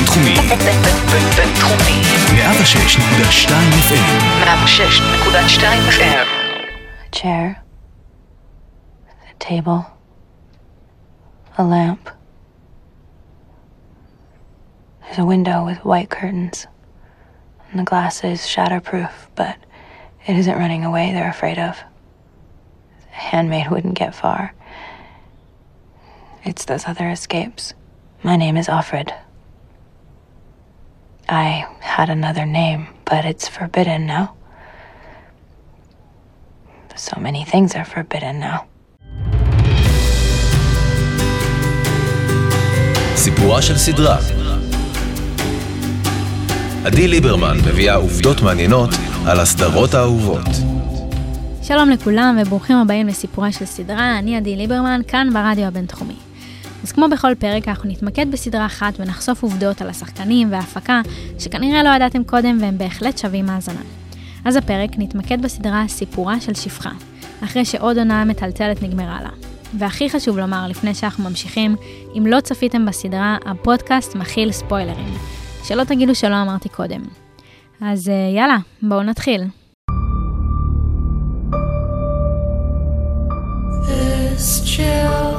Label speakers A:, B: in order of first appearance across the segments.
A: בינתחומי. בינתחומי. 106.2 FM. 106.2 FM.
B: A chair. A table. A lamp. There's a window with white curtains. And the glass is shatterproof, but it isn't running away they're afraid of. A handmaid wouldn't get far. It's those other escapes. My name is Offred. I had another name, but it's forbidden now. So many things are forbidden now.
C: סיפורה של סדרה. עדי ליברמן מביאה עובדות מעניינות על הסדרות האהובות.
D: שלום לכולם וברוכים הבאים לסיפורה של סדרה, אני עדי ליברמן, כאן ברדיו הבינתחומי. אז כמו בכל פרק אנחנו נתמקד בסדרה אחת ונחשוף עובדות על השחקנים וההפקה שכנראה לא ידעתם קודם והם בהחלט שווים מאזנה. אז הפרק נתמקד בסדרה סיפורה של שפחה, אחרי שעוד עונה מטלטלת נגמרה לה. והכי חשוב לומר לפני שאנחנו ממשיכים, אם לא צפיתם בסדרה, הפודקאסט מכיל ספוילרים. שלא תגידו שלא אמרתי קודם. אז יאללה, בואו נתחיל.
E: This chill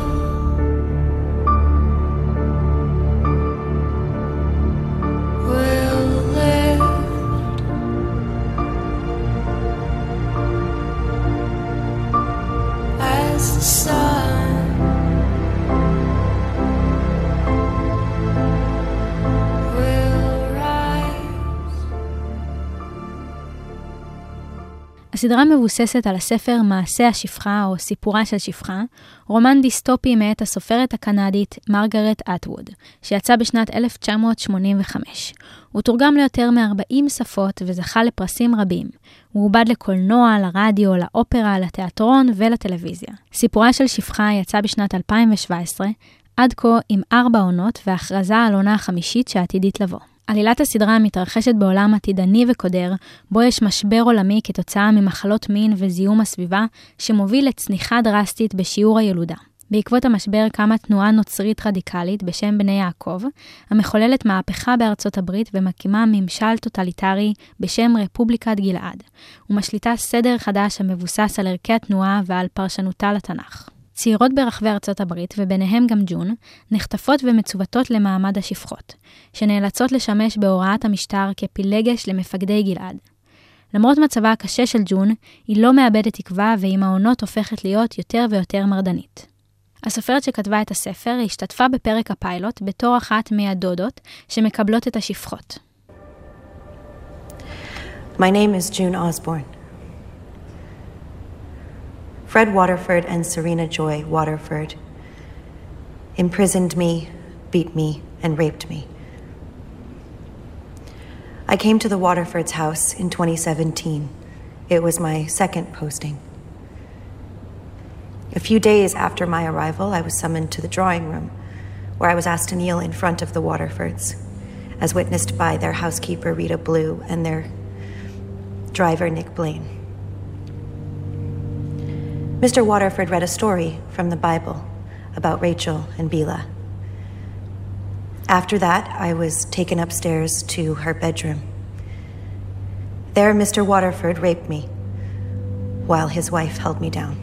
E: will lift as the sun
D: הסדרה מבוססת על הספר מעשה השפחה או סיפורה של שפחה, רומן דיסטופי מאת הסופרת הקנדית מרגרט אטווד, שיצא בשנת 1985. הוא תורגם ליותר מ-40 שפות וזכה לפרסים רבים. הוא עובד לקולנוע, לרדיו, לאופרה, לתיאטרון ולטלוויזיה. סיפורה של שפחה יצא בשנת 2017, עד כה עם 4 עונות והכרזה על עונה החמישית שעתידית לבוא. עלילת הסדרה מתרחשת בעולם עתידני וקודר, בו יש משבר עולמי כתוצאה ממחלות מין וזיהום הסביבה, שמוביל לצניחה דרסטית בשיעור הילודה. בעקבות המשבר קמה תנועה נוצרית רדיקלית בשם בני יעקב, המחוללת מהפכה בארצות הברית ומקימה ממשל טוטליטרי בשם רפובליקת גלעד, ומשליטה סדר חדש המבוסס על ערכי התנועה ועל פרשנותה לתנ"ך. צעירות ברחבי ארצות הברית, וביניהם גם ג'ון, נחטפות ומצוותות למעמד השפחות, שנאלצות לשמש בהוראת המשטר כפילגש למפקדי גלעד. למרות מצבה הקשה של ג'ון, היא לא מאבדת תקווה ועם העונות הופכת להיות יותר ויותר מרדנית. הסופרת שכתבה את הספר השתתפה בפרק הפיילוט בתור אחת מהדודות שמקבלות את השפחות.
F: My name is June Osborne. Fred Waterford and Serena Joy Waterford imprisoned me, beat me, and raped me. I came to the Waterfords' house in 2017. It was my second posting. A few days after my arrival, I was summoned to the drawing room, where I was asked to kneel in front of the Waterfords, as witnessed by their housekeeper Rita Blue and their driver Nick Blaine. Mr. Waterford read a story from the Bible about Rachel and Bila. After that, I was taken upstairs to her bedroom. There, Mr. Waterford raped me, while his wife held me down.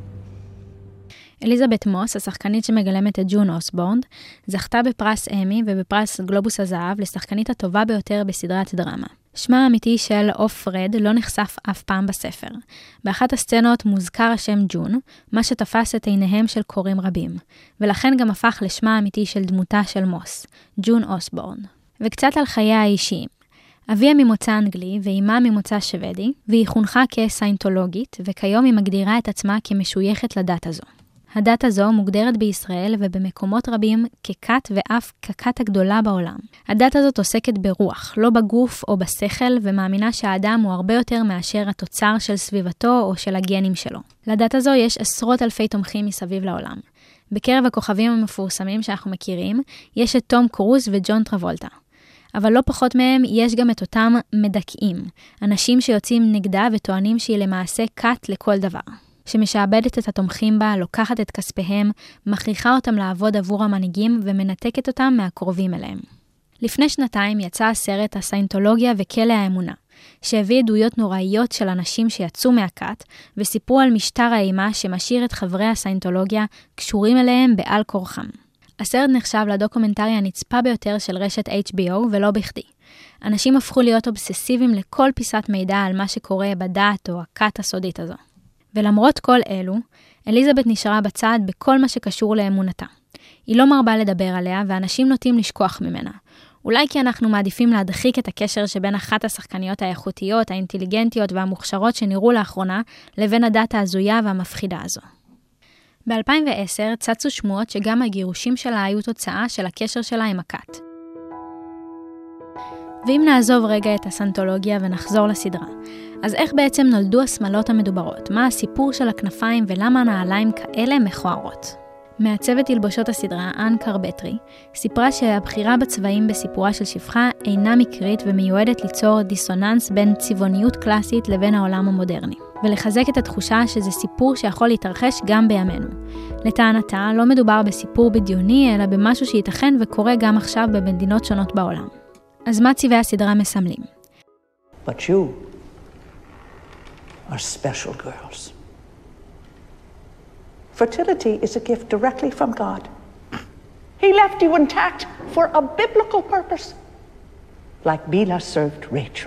D: אליזבת מוס, השחקנית שמגלמת את ג'ון אוסבורן, זכתה בפרס אמי ובפרס גלובוס הזהב לשחקנית הטובה ביותר בסדרת דרמה. שמה האמיתי של אופרד לא נחשף אף פעם בספר. באחת הסצנות מוזכר השם ג'ון, מה שתפס את עיניהם של קוראים רבים, ולכן גם הפך לשמה האמיתי של דמותה של מוס, ג'ון אוסבורן. וקצת על חייה האישיים. אביה ממוצא אנגלי ואימה ממוצא שוודי, והיא חונכה כסיינטולוגית, וכיום היא מגדירה את עצמה כמשויכת לדת הזו. הדת הזו מוגדרת בישראל ובמקומות רבים ככת ואף ככת הגדולה בעולם. הדת הזאת עוסקת ברוח, לא בגוף או בשכל, ומאמינה שהאדם הוא הרבה יותר מאשר התוצר של סביבתו או של הגנים שלו. לדת הזו יש עשרות אלפי תומכים מסביב לעולם. בקרב הכוכבים המפורסמים שאנחנו מכירים, יש את תום קרוז וג'ון טרבולטה. אבל לא פחות מהם יש גם את אותם מדכאים, אנשים שיוצאים נגדה וטוענים שהיא למעשה כת לכל דבר. שמשעבדת את התומכים בה, לוקחת את כספיהם, מכריחה אותם לעבוד עבור המנהיגים ומנתקת אותם מהקרובים אליהם. לפני שנתיים יצא הסרט הסיינטולוגיה וכלא האמונה, שהביא עדויות נוראיות של אנשים שיצאו מהכת, וסיפרו על משטר האימה שמשאיר את חברי הסיינטולוגיה קשורים אליהם בעל כורחם. הסרט נחשב לדוקומנטרי הנצפה ביותר של רשת HBO ולא בכדי. אנשים הפכו להיות אובססיביים לכל פיסת מידע על מה שקורה בדת או הכת הסודית הזו. ולמרות כל אלו, אליזבת נשארה בצד בכל מה שקשור לאמונתה. היא לא מרבה לדבר עליה ואנשים נוטים לשכוח ממנה. אולי כי אנחנו מעדיפים להדחיק את הקשר שבין אחת השחקניות האיכותיות, האינטליגנטיות והמוכשרות שנראו לאחרונה, לבין הדת ההזויה והמפחידה הזו. ב-2010 צצו שמועות שגם הגירושים שלה היו תוצאה של הקשר שלה עם הכת. ואם נעזוב רגע את הסנטולוגיה ונחזור לסדרה, אז איך בעצם נולדו השמלות המדוברות? מה הסיפור של הכנפיים ולמה הנעליים כאלה מכוערות? מעצבת תלבושות הסדרה, אן קרבטרי, סיפרה שהבחירה בצבעים בסיפורה של שפחה אינה מקרית ומיועדת ליצור דיסוננס בין צבעוניות קלאסית לבין העולם המודרני, ולחזק את התחושה שזה סיפור שיכול להתרחש גם בימינו. לטענתה, לא מדובר בסיפור בדיוני, אלא במשהו שייתכן וקורה גם עכשיו במדינות שונות בעולם. אז מה צבעי הסדרה מסמלים?
G: But you are special girls. Fertility is a gift directly from God. He left you intact for a biblical purpose, like Bilhah served Rachel.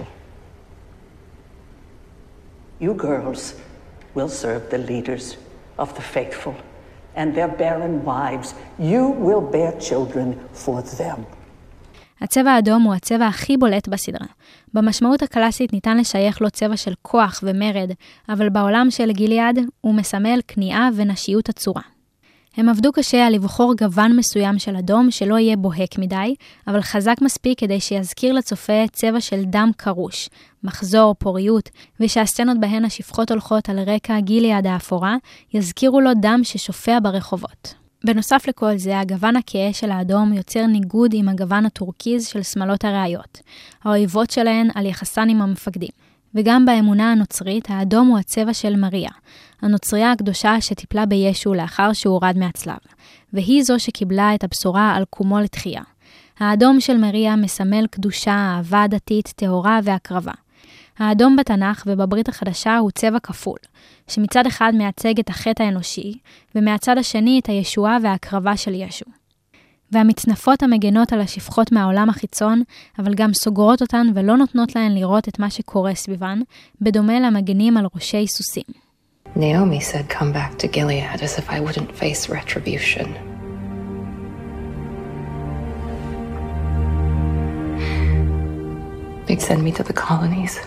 G: You girls will serve the leaders of the faithful and their barren wives. You will bear children for them.
D: הצבע האדום הוא הצבע הכי בולט בסדרה. במשמעות הקלאסית ניתן לשייך לו צבע של כוח ומרד, אבל בעולם של גיליאד הוא מסמל כניעה ונשיות הצורה. הם עבדו קשה על לבחור גוון מסוים של אדום שלא יהיה בוהק מדי, אבל חזק מספיק כדי שיזכיר לצופה צבע של דם קרוש, מחזור, פוריות, ושהסצנות בהן השפחות הולכות על רקע גיליאד האפורה, יזכירו לו דם ששופע ברחובות. בנוסף לכל זה, הגוון הכהה של האדום יוצר ניגוד עם הגוון הטורקיז של שמלות הראיות, האויבות שלהן על יחסן עם המפקדים. וגם באמונה הנוצרית, האדום הוא הצבע של מריה, הנוצריה הקדושה שטיפלה בישו לאחר שהוא הורד מהצלב, והיא זו שקיבלה את הבשורה על קומו לתחייה. האדום של מריה מסמל קדושה, אהבה דתית, טהורה והקרבה. האדום בתנ"ך ובברית החדשה הוא צבע כפול, שמצד אחד מייצג את החטא האנושי, ומהצד השני את הישועה וההקרבה של ישו. והמצנפות המגנות על השפחות מהעולם החיצון, אבל גם סוגרות אותן ולא נותנות להן לראות את מה שקורה סביבן, בדומה למגנים על ראשי סוסים.
B: Naomi said come back to Gilead as if I wouldn't face retribution. They'd send me to the colonies.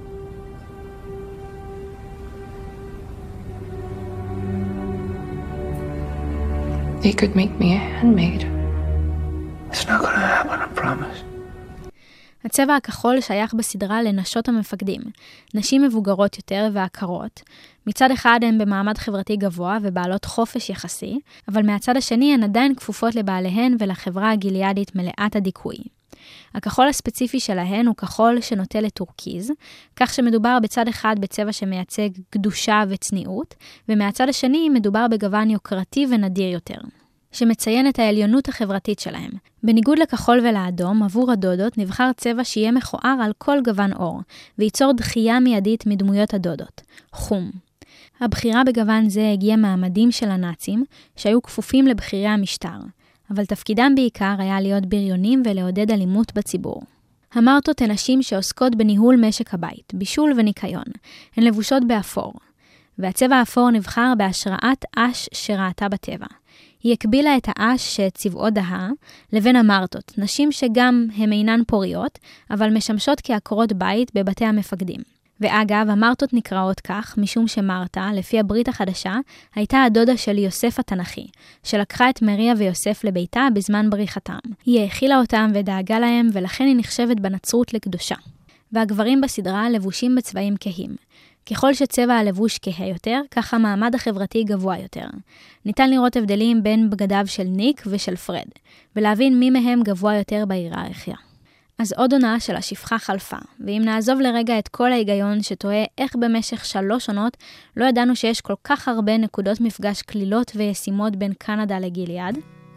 B: They could make me a handmaid.
H: It's not gonna happen, I promise.
D: הצבע הכחול שייך בסדרה לנשות המפקדים, נשים מבוגרות יותר והכרות. מצד אחד הן במעמד חברתי גבוה ובעלות חופש יחסי, אבל מהצד השני הן עדיין כפופות לבעליהן ולחברה הגיליאדית מלאת הדיכוי. הכחול הספציפי שלהן הוא כחול שנוטה לטורקיז, כך שמדובר בצד אחד בצבע שמייצג קדושה וצניעות, ומהצד השני מדובר בגוון יוקרתי ונדיר יותר, שמציין את העליונות החברתית שלהם. בניגוד לכחול ולאדום, עבור הדודות נבחר צבע שיהיה מכוער על כל גוון אור, וייצור דחייה מיידית מדמויות הדודות, חום. הבחירה בגוון זה הגיעה מהמדים של הנאצים, שהיו כפופים לבחירי המשטר, אבל תפקידם בעיקר היה להיות בריונים ולעודד אלימות בציבור. המרטות הן נשים שעוסקות בניהול משק הבית, בישול וניקיון. הן לבושות באפור, והצבע האפור נבחר בהשראת אש שראתה בטבע. היא הקבילה את האש שצבעו דהה לבין המרטות, נשים שגם הן אינן פוריות, אבל משמשות כעקרות בית בבתי המפקדים. ואגב, המרטות נקראות כך משום שמרתה, לפי הברית החדשה, הייתה הדודה של יוסף התנ"כי, שלקחה את מריה ויוסף לביתה בזמן בריחתם. היא האכילה אותם ודאגה להם, ולכן היא נחשבת בנצרות לקדושה. והגברים בסדרה לבושים בצבעים כהים. ככל שצבע הלבוש כהה יותר, כך המעמד החברתי גבוה יותר. ניתן לראות הבדלים בין בגדיו של ניק ושל פרד, ולהבין מי מהם גבוה יותר בהיררכיה. אז עוד עונה של השפחה חלפה, ואם נעזוב לרגע את כל ההיגיון שתוהה איך במשך 3 עונות לא ידענו שיש כל כך הרבה נקודות מפגש כלילות וישימות בין קנדה לגיליאד,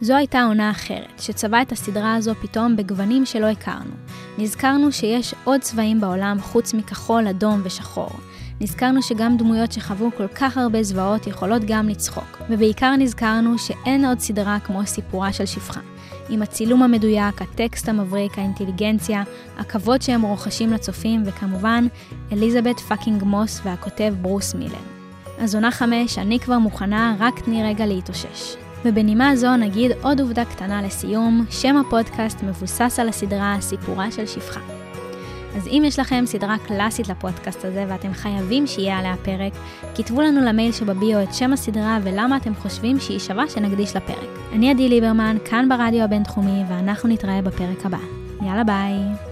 D: זו הייתה עונה אחרת, שצבעה את הסדרה הזו פתאום בגוונים שלא הכרנו. נזכרנו שיש עוד צבעים בעולם חוץ מכחול, אדום ושחור. נזכרנו שגם דמויות שחוו כל כך הרבה זוועות יכולות גם לצחוק. ובעיקר נזכרנו שאין עוד סדרה כמו סיפורה של שפחה. עם הצילום המדויק, הטקסט המבריק, האינטליגנציה, הכבוד שהם רוכשים לצופים, וכמובן, אליזבת פאקינג מוס והכותב ברוס מילר. אז עונה 5, אני כבר מוכנה, רק תני רגע להתאושש. ובנימה זו נגיד עוד עובדה קטנה לסיום, שם הפודקאסט מבוסס על הסדרה סיפורה של שפחה. אז אם יש לכם סדרה קלאסית לפודקאסט הזה ואתם חייבים שיהיה עליה פרק, כתבו לנו למייל שבביו את שם הסדרה ולמה אתם חושבים שהיא שווה שנקדיש לפרק. אני עדי ליברמן, כאן ברדיו הבינתחומי, ואנחנו נתראה בפרק הבא. יאללה ביי!